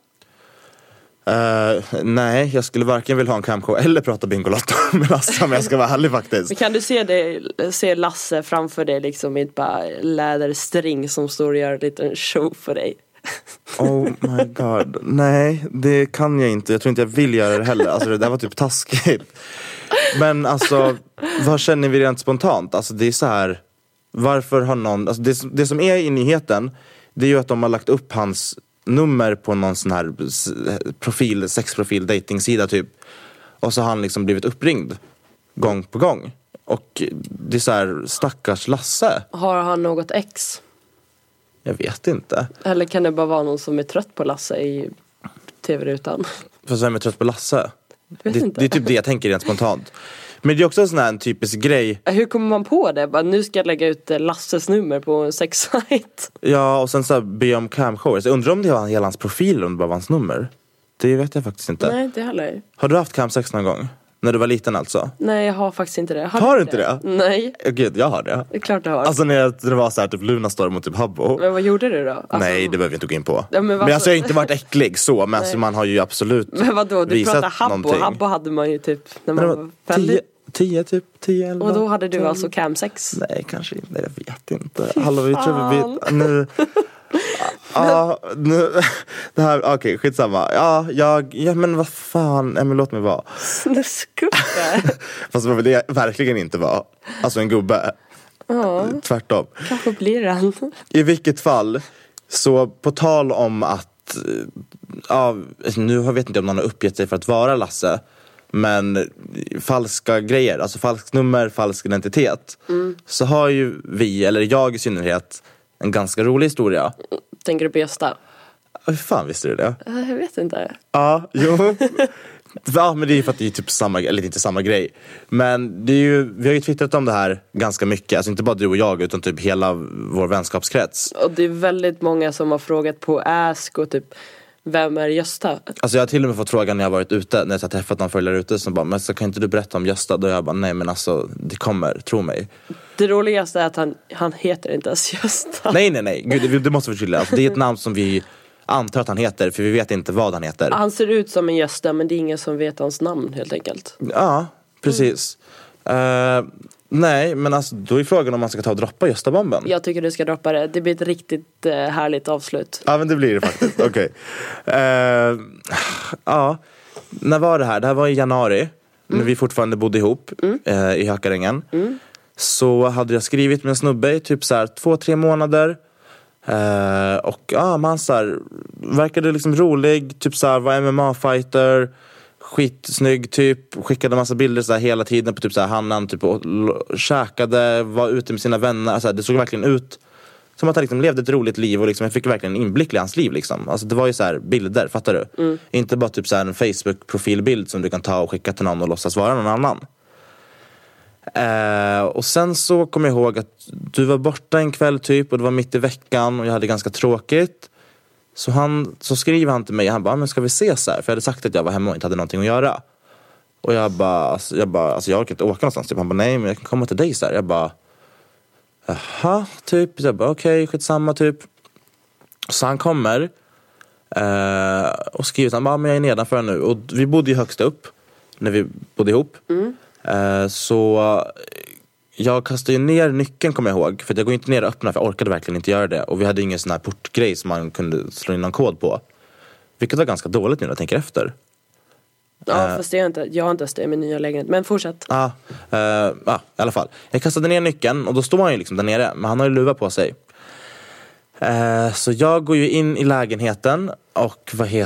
Nej, jag skulle varken vilja ha en camshow eller prata Bingolotto med Lasse, om jag ska vara ärlig faktiskt. Men kan du se Lasse framför dig liksom i ett bara läderstring som står och gör en liten show för dig? Oh my god. Nej, det kan jag inte. Jag tror inte jag vill göra det heller. Alltså det där var typ taskigt. Men alltså, vad känner vi rent spontant? Alltså det är så här. Varför har någon, alltså det som är i nyheten, det är ju att de har lagt upp hans nummer på någon sån här sexprofil datingsida typ. Och så har han liksom blivit uppringd gång på gång. Och det är så här, stackars Lasse. Har han något ex? Jag vet inte. Eller kan det bara vara någon som är trött på Lasse i tv-rutan? Fast vem är trött på Lasse? Det är typ det jag tänker rent spontant. Men det är också en sån här typisk grej. Hur kommer man på det? Bara, nu ska jag lägga ut Lasses nummer på en sexsajt. Ja, och sen så här, be om camshower. Jag undrar om det var hela hans profil eller om det bara var hans nummer. Det vet jag faktiskt inte. Nej, inte heller. Har du haft camsex någon gång? När du var liten alltså? Nej, jag har faktiskt inte det. Har du inte det? Nej. Gud, jag har det. Det är klart du har. Alltså när det var så här typ Lunarstorm och typ Habbo. Men vad gjorde du då? Alltså... Nej, det behöver vi inte gå in på. Ja, men alltså jag har inte varit äcklig så. Men alltså, man har ju absolut men vadå, du visat pratar Habbo. någonting. Habbo hade man ju typ när man var 10, 11. Och då hade du alltså camsex? Nej, kanske inte. Jag vet inte. Hallå, vi tror vi nu... Ja, nu... Det här, okej, skitsamma. Ja, men vad fan. Nej, men låt mig vara. Snuskuppe. Fast vad det verkligen inte var. Alltså en gubbe. Ja. Tvärtom. Kanske blir den. I vilket fall, så på tal om att... Ja, nu vet jag inte om någon har uppgett sig för att vara Lasse. Men falska grejer, alltså falskt nummer, falsk identitet. Så har ju vi, eller jag i synnerhet, en ganska rolig historia. Tänker du på Gösta? Hur fan visste du det? Jag vet inte. Ja, jo. Ja, men det är ju för att det är typ samma, eller inte samma grej. Men det är ju, vi har ju twittrat om det här ganska mycket. Alltså inte bara du och jag, utan typ hela vår vänskapskrets. Och det är väldigt många som har frågat på Ask och typ, vem är Gösta? Alltså jag har till och med fått frågan när jag har varit ute, när jag har träffat någon följare ute som bara, men så kan inte du berätta om Gösta? Då jag bara, nej men alltså, det kommer, tro mig. Det roligaste är att han heter inte ens Gösta. Nej, gud, det måste vi förtydliga. Alltså, det är ett namn som vi antar att han heter, för vi vet inte vad han heter. Han ser ut som en Gösta, men det är ingen som vet hans namn helt enkelt. Ja, precis. Nej, men alltså, då är frågan om man ska ta och droppa Gösta-bomben. Jag tycker du ska droppa det. Det blir ett riktigt härligt avslut. Ja, men det blir det faktiskt. Okej. Ja, när var det här? Det här var i januari. När vi fortfarande bodde ihop i Hökarängen. Så hade jag skrivit med en snubbe i typ så här 2-3 månader. Och ja, man så här, verkade liksom rolig. Typ så här, var MMA-fighter. skitsnygg typ, skickade massa bilder så här hela tiden på typ så här han typ och käkade, var ute med sina vänner, alltså det såg verkligen ut som att han liksom levde ett roligt liv och liksom jag fick verkligen en inblick i hans liv liksom. Alltså det var ju så här bilder, fattar du? Inte bara typ så här en Facebook-profilbild som du kan ta och skicka till någon och låtsas vara någon annan. Och sen så kom jag ihåg att du var borta en kväll typ och det var mitt i veckan och jag hade ganska tråkigt. Så skriver han till mig, han bara, men ska vi ses här? För jag hade sagt att jag var hemma och inte hade någonting att göra. Och jag orkar inte åka någonstans typ. Han bara, nej men jag kan komma till dig så här. Jag bara, jaha, typ. Jag bara, okej, skitsamma typ. Så han kommer och skriver, han bara, men jag är nedanför nu. Och vi bodde ju högst upp när vi bodde ihop. Så jag kastade ju ner nyckeln, kommer jag ihåg. För jag går inte ner och öppna, för jag orkade verkligen inte göra det. Och vi hade ingen sån här portgrej som man kunde slå in någon kod på. Vilket var ganska dåligt nu när jag tänker efter. Ja, fast jag har inte ens det med nya lägenhet. Men fortsätt. I alla fall. Jag kastade ner nyckeln och då står han ju liksom där nere. Men han har ju luva på sig. Så jag går ju in i lägenheten och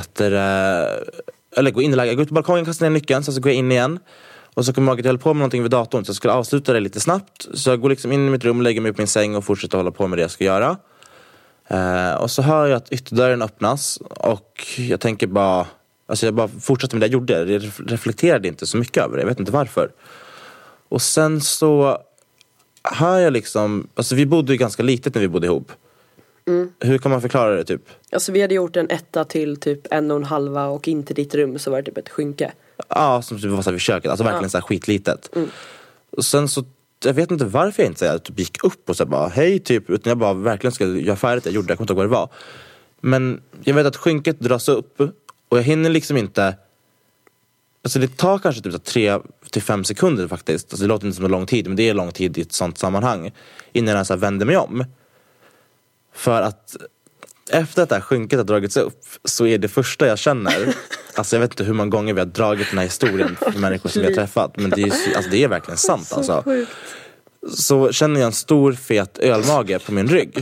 jag går ut på balkongen, kastar ner nyckeln, så går jag in igen. Och så kommer jag att jag höll på med någonting vid datorn, så jag skulle avsluta det lite snabbt. Så jag går liksom in i mitt rum, lägger mig upp min säng och fortsätter hålla på med det jag ska göra. Och så hör jag att ytterdörren öppnas och jag tänker bara, alltså jag bara fortsatte med det jag gjorde. Jag reflekterade inte så mycket över det, jag vet inte varför. Och sen så hör jag liksom, alltså vi bodde ju ganska litet när vi bodde ihop. Hur kan man förklara det typ? Alltså vi hade gjort en 1 till typ 1,5 och in till ditt rum så var det typ ett skynke. Ja, som typ var så här vid köket, alltså verkligen så här skitlitet. Och sen så, jag vet inte varför jag inte så här, typ gick upp och så bara hej typ, utan jag bara verkligen skulle göra färdigt jag gjorde, jag kommer inte ihåg vad det var. Men jag vet att skynket dras upp och jag hinner liksom inte, alltså det tar kanske typ 3 till 5 sekunder faktiskt, alltså det låter inte som en lång tid, men det är lång tid i ett sånt sammanhang innan jag så här vänder mig om. För att efter att det här skynket har dragits upp så är det första jag känner, alltså jag vet inte hur många gånger vi har dragit den här historien för människor som vi har träffat, men det är, alltså det är verkligen sant alltså. Så känner jag en stor fet ölmage på min rygg.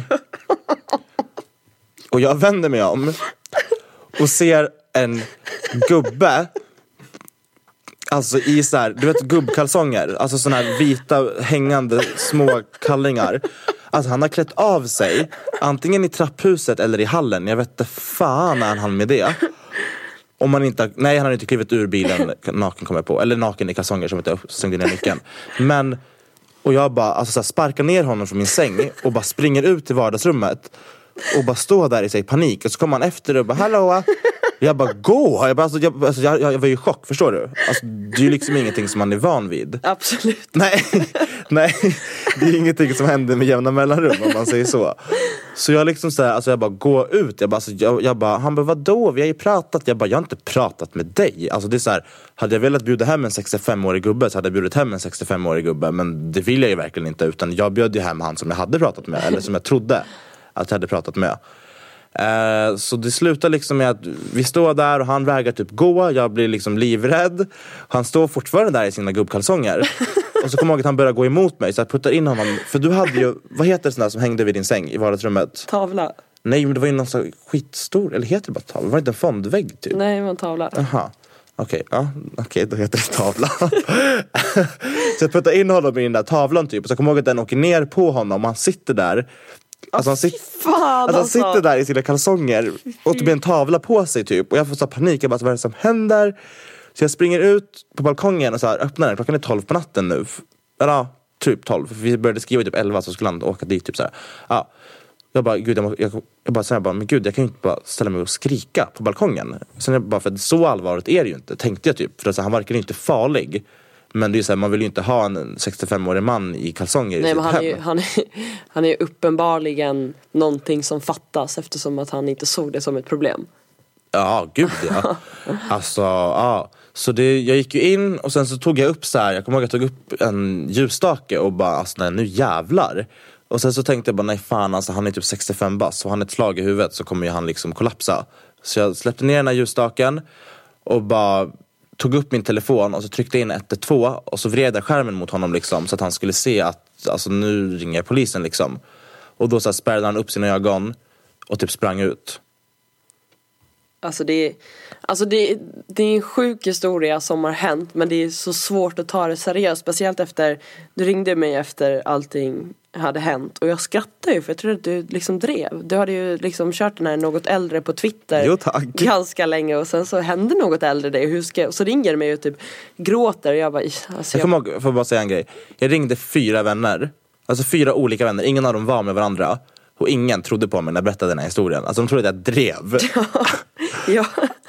Och jag vänder mig om och ser en gubbe, alltså i så här, du vet gubbkalsonger, alltså såna här vita hängande små kallingar. Alltså han har klätt av sig antingen i trapphuset eller i hallen. Jag vet inte fan när han med det. Om man inte, nej han har inte klivit ur bilen naken, kommer jag på. Eller naken i kalsonger som inte stängde ner nyckeln. Men, och jag bara alltså, så här, sparkar ner honom från min säng och bara springer ut till vardagsrummet. Och bara står där i sig panik. Och så kommer han efter och bara hallå. Jag bara gå. Jag var ju i chock, förstår du? Alltså, det är ju liksom ingenting som man är van vid. Absolut. Nej, det är ingenting som händer med jämna mellanrum om man säger så. Så jag liksom så här, alltså jag bara gå ut. Jag bara, han bara vadå? Vi har ju pratat. Jag bara, jag har inte pratat med dig. Alltså det är så här, hade jag velat bjuda hem en 65-årig gubbe så hade jag bjudit hem en 65-årig gubbe. Men det vill jag ju verkligen inte. Utan jag bjöd ju hem han som jag hade pratat med. Eller som jag trodde att jag hade pratat med. Så det slutar liksom med att vi står där och han vägrar typ gå. Jag blir liksom livrädd. Han står fortfarande där i sina gubbkalsonger. Och så kommer jag ihåg att han börjar gå emot mig. Så jag puttar in honom. För du hade ju, vad heter det sån där som hängde vid din säng i vardagsrummet? Tavla. Nej men det var ju någon så skitstor, eller heter det bara tavla? Var det inte en fondvägg typ? Nej, det var en tavla. Jaha. Okej, då heter det tavla. Så jag puttar in honom i den där tavlan typ. Och så kommer jag ihåg att den åker ner på honom. Och han sitter där. Alltså han sitter där i sina kalsonger och det blir en tavla på sig typ. Och jag får så panik, jag bara, vad är det som händer? Så jag springer ut på balkongen och så här, öppnar den. Klockan är 12 på natten nu. Eller typ 12, för vi började skriva typ 11. Så skulle han åka dit typ så här. Ja. Jag bara, gud, men gud, jag kan ju inte bara ställa mig och skrika på balkongen. Sen jag bara, för så allvarligt är det ju inte, tänkte jag typ. För att, så, han verkar ju inte farlig. Men det är så här, man vill ju inte ha en 65-årig man i kalsonger. Nej, i men sitt hem. han är uppenbarligen någonting som fattas eftersom att han inte såg det som ett problem. Ja, gud ja. Alltså, ja. Så jag gick ju in och sen så tog jag upp så här. Jag kommer ihåg att jag tog upp en ljusstake och bara, alltså nej, nu jävlar. Och sen så tänkte jag bara, nej fan, alltså han är typ 65 bass. Och han är ett slag i huvudet så kommer ju han liksom kollapsa. Så jag släppte ner den här ljusstaken och bara tog upp min telefon och så tryckte in 112 och så vred jag skärmen mot honom liksom, så att han skulle se att alltså, nu ringer polisen liksom. Och då så här spärrade han upp sina ögon och typ sprang ut. Alltså det är, Alltså det är en sjuk historia som har hänt, men det är så svårt att ta det seriöst. Speciellt efter, du ringde mig efter allting hade hänt. Och jag skrattade ju för jag trodde att du liksom drev. Du hade ju liksom kört den här något äldre på Twitter. Jo, tack. Ganska länge och sen så hände något äldre dig. Och så ringer mig och typ gråter och jag bara... Alltså Jag kommer ihåg, får bara säga en grej. Jag ringde 4 vänner. Alltså 4 olika vänner. Ingen av dem var med varandra. Och ingen trodde på mig när jag berättade den här historien. Alltså de trodde att jag drev. Ja.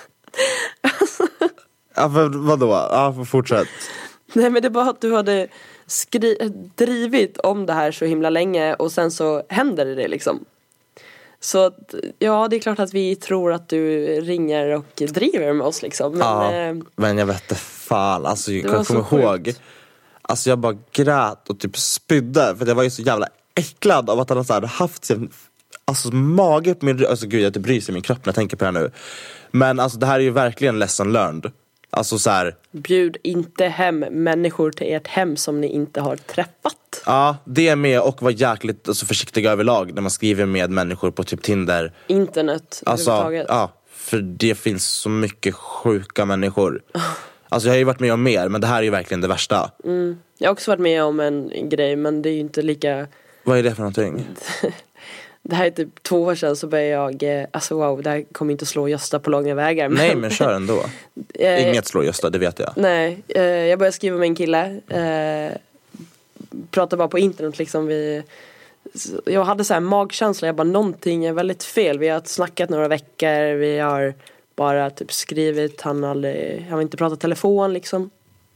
Ja, för vadå? Ja, för fortsätt. Nej, men det var att du hade drivit om det här så himla länge och sen så händer det liksom. Så att, ja, det är klart att vi tror att du ringer och driver med oss liksom. Men, ja, men jag vet inte fan. Alltså, jag kommer ihåg. Alltså jag bara grät och typ spydde. För jag var ju så jävla äcklad av att han hade haft sin mage på min... Alltså gud, jag typ ryser i min kropp när jag tänker på det här nu. Men alltså det här är ju verkligen lesson learned. Alltså så här... Bjud inte hem människor till ert hem som ni inte har träffat. Ja, det är med och var jäkligt försiktiga överlag när man skriver med människor på typ Tinder. Internet överhuvudtaget. Ja, för det finns så mycket sjuka människor. Alltså jag har ju varit med om mer, men det här är ju verkligen det värsta. Jag har också varit med om en grej, men det är ju inte lika... Vad är det för någonting? Det här är typ 2 år sedan så började jag... Alltså wow, det här kommer inte att slå Gösta på långa vägar. Men... Nej, men kör ändå. Inget slår Gösta, det vet jag. Nej, jag började skriva med en kille. Pratade bara på internet liksom. Jag hade så här magkänsla. Jag bara, någonting är väldigt fel. Vi har snackat några veckor. Vi har bara typ skrivit. Han har inte pratat telefon liksom.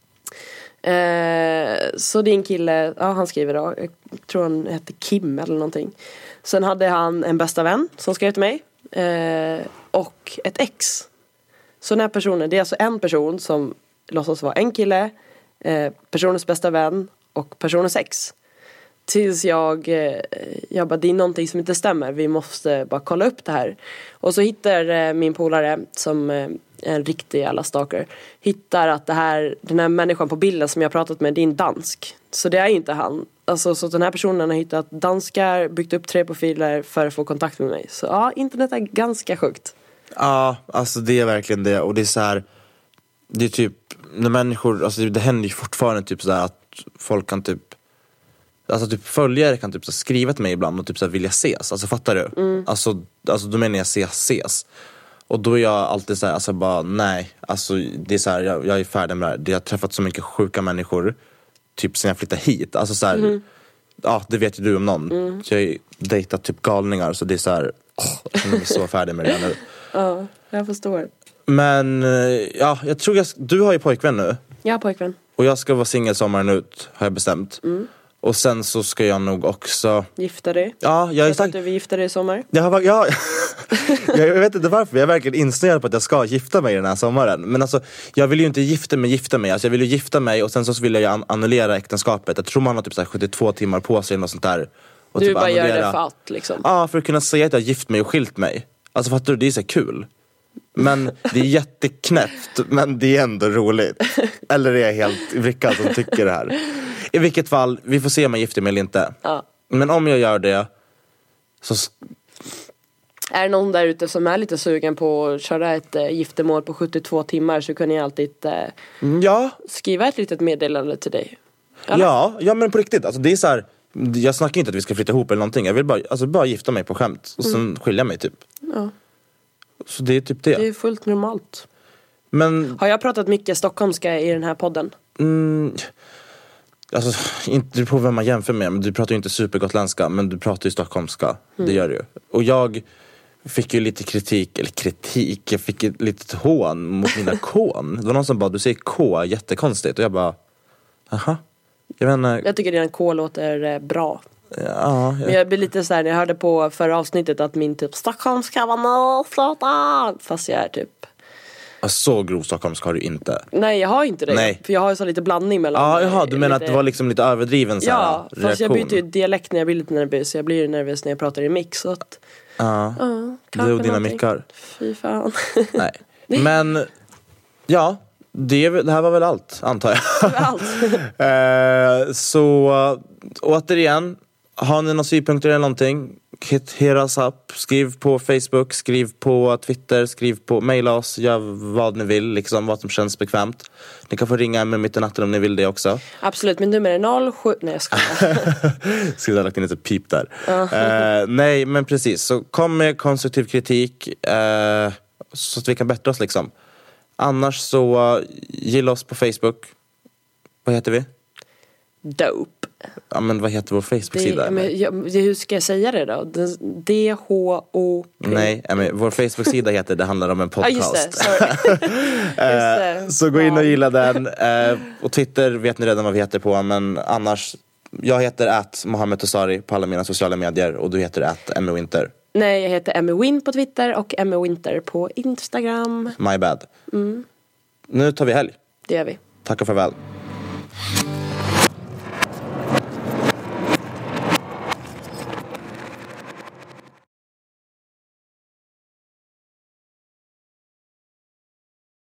Så det är en kille. Ja, han skriver då. Jag tror han hette Kim eller någonting. Sen hade han en bästa vän som skrev till mig. Och ett ex. Så den här personen, det är alltså en person som låtsas vara en kille, personens bästa vän och personens ex. Tills jag bara, det är någonting som inte stämmer. Vi måste bara kolla upp det här. Och så hittar min polare, som en riktig jävla stalker, hittar att den här människan på bilden som jag pratat med, det är en dansk. Så det är inte han. Alltså, så den här personen har hittat danskar, byggt upp 3 profiler för att få kontakt med mig. Så ja, internet är ganska sjukt. Ja, alltså det är verkligen det. Och det är så här, det är typ när människor, alltså det händer ju fortfarande typ så här att folk kan typ, alltså typ följare kan typ så skriva till mig ibland och typ så här vilja ses. Alltså fattar du? Alltså då menar jag ses. Och då är jag alltid så här, alltså bara nej. Alltså det är så här, jag är färdig med det här. Jag har träffat så mycket sjuka människor typ sen jag flyttade hit. Alltså så här, ja, det vet ju du om någon. Så jag har dejtat typ galningar, så det är så här, jag är så färdig med det nu. Ja, jag förstår. Men ja, jag tror du har ju pojkvän nu. Jag har pojkvän. Och jag ska vara singel sommaren ut, har jag bestämt. Och sen så ska jag nog också... Gifta dig? Ja, jag har sagt... Du vill gifta dig i sommar? Ja, jag vet inte varför. Jag är verkligen insnöad på att jag ska gifta mig den här sommaren. Men alltså, jag vill ju inte gifta mig. Alltså jag vill ju gifta mig och sen så vill jag annullera äktenskapet. Jag tror man har typ så här 72 timmar på sig eller något sånt där. Och du typ bara annullera. gör det för att liksom. Ja, för att kunna säga att jag har gift mig och skilt mig. Alltså fattar du, det är så kul. Men det är jätteknäppt, men det är ändå roligt. Eller är jag helt vrickad som tycker det här. I vilket fall, vi får se om jag gifter mig eller inte. Ja. Men om jag gör det så... Är det någon där ute som är lite sugen på att köra ett giftermål på 72 timmar, så kan ni alltid skriva ett litet meddelande till dig. Eller? Ja, men på riktigt. Alltså det är så här, jag snackar inte att vi ska flytta ihop eller någonting. Jag vill bara gifta mig på skämt. Och sen skilja mig typ. Ja. Så det är typ det. Det är fullt normalt. Men... Har jag pratat mycket stockholmska i den här podden? Alltså, inte på vem man jämför med. Men du pratar ju inte supergotländska. Men du pratar ju stockholmska. Det gör du ju. Och jag fick ju lite kritik. Jag fick ett litet hån mot mina K:n. Det var någon som bara, du säger K jättekonstigt. Och jag bara, aha. Jag tycker dina K låter bra. Ja, men jag blir lite så här, när jag hörde på förra avsnittet att min typ stockholmska var nöslåta. Fast jag är typ... Så grov stockholmska har du inte. Nej, jag har inte det. Nej. För jag har ju så lite blandning mellan... Jaha, du menar att det var liksom lite överdriven så här reaktion. Fast jag byter ju dialekt när jag blir lite nervös. Jag blir ju nervös när jag pratar i mix. Så att, du och dina mickar. Fy fan. Nej. Men, ja, det här var väl allt, antar jag. Det var allt. Så, återigen, Har ni några synpunkter eller någonting, hit us up. Skriv på Facebook, skriv på Twitter, skriv på, maila oss, gör vad ni vill, liksom vad som känns bekvämt. Ni kan få ringa med mitt i natten om ni vill det också. Absolut, min nummer är 07... Nej, jag skojar. Skulle ha lagt in lite pip där. Nej, men precis. Så kom med konstruktiv kritik så att vi kan bättra oss liksom. Annars så gilla oss på Facebook. Vad heter vi? Dope. Ja, men vad heter vår Facebook-sida? Hur ska jag säga det då? D-H-O-P. Nej, men vår Facebook-sida heter Det handlar om en podcast. Ja, just det. Sorry. Just det. Så gå in och gilla den. Och Twitter vet ni redan vad vi heter på. Men annars, jag heter @Mohammed Tosari på alla mina sociala medier. Och du heter @MWinter. Nej, jag heter Emmy Win på Twitter och Emmy Winter på Instagram. My bad. Nu tar vi helg. Det gör vi. Tack och farväl.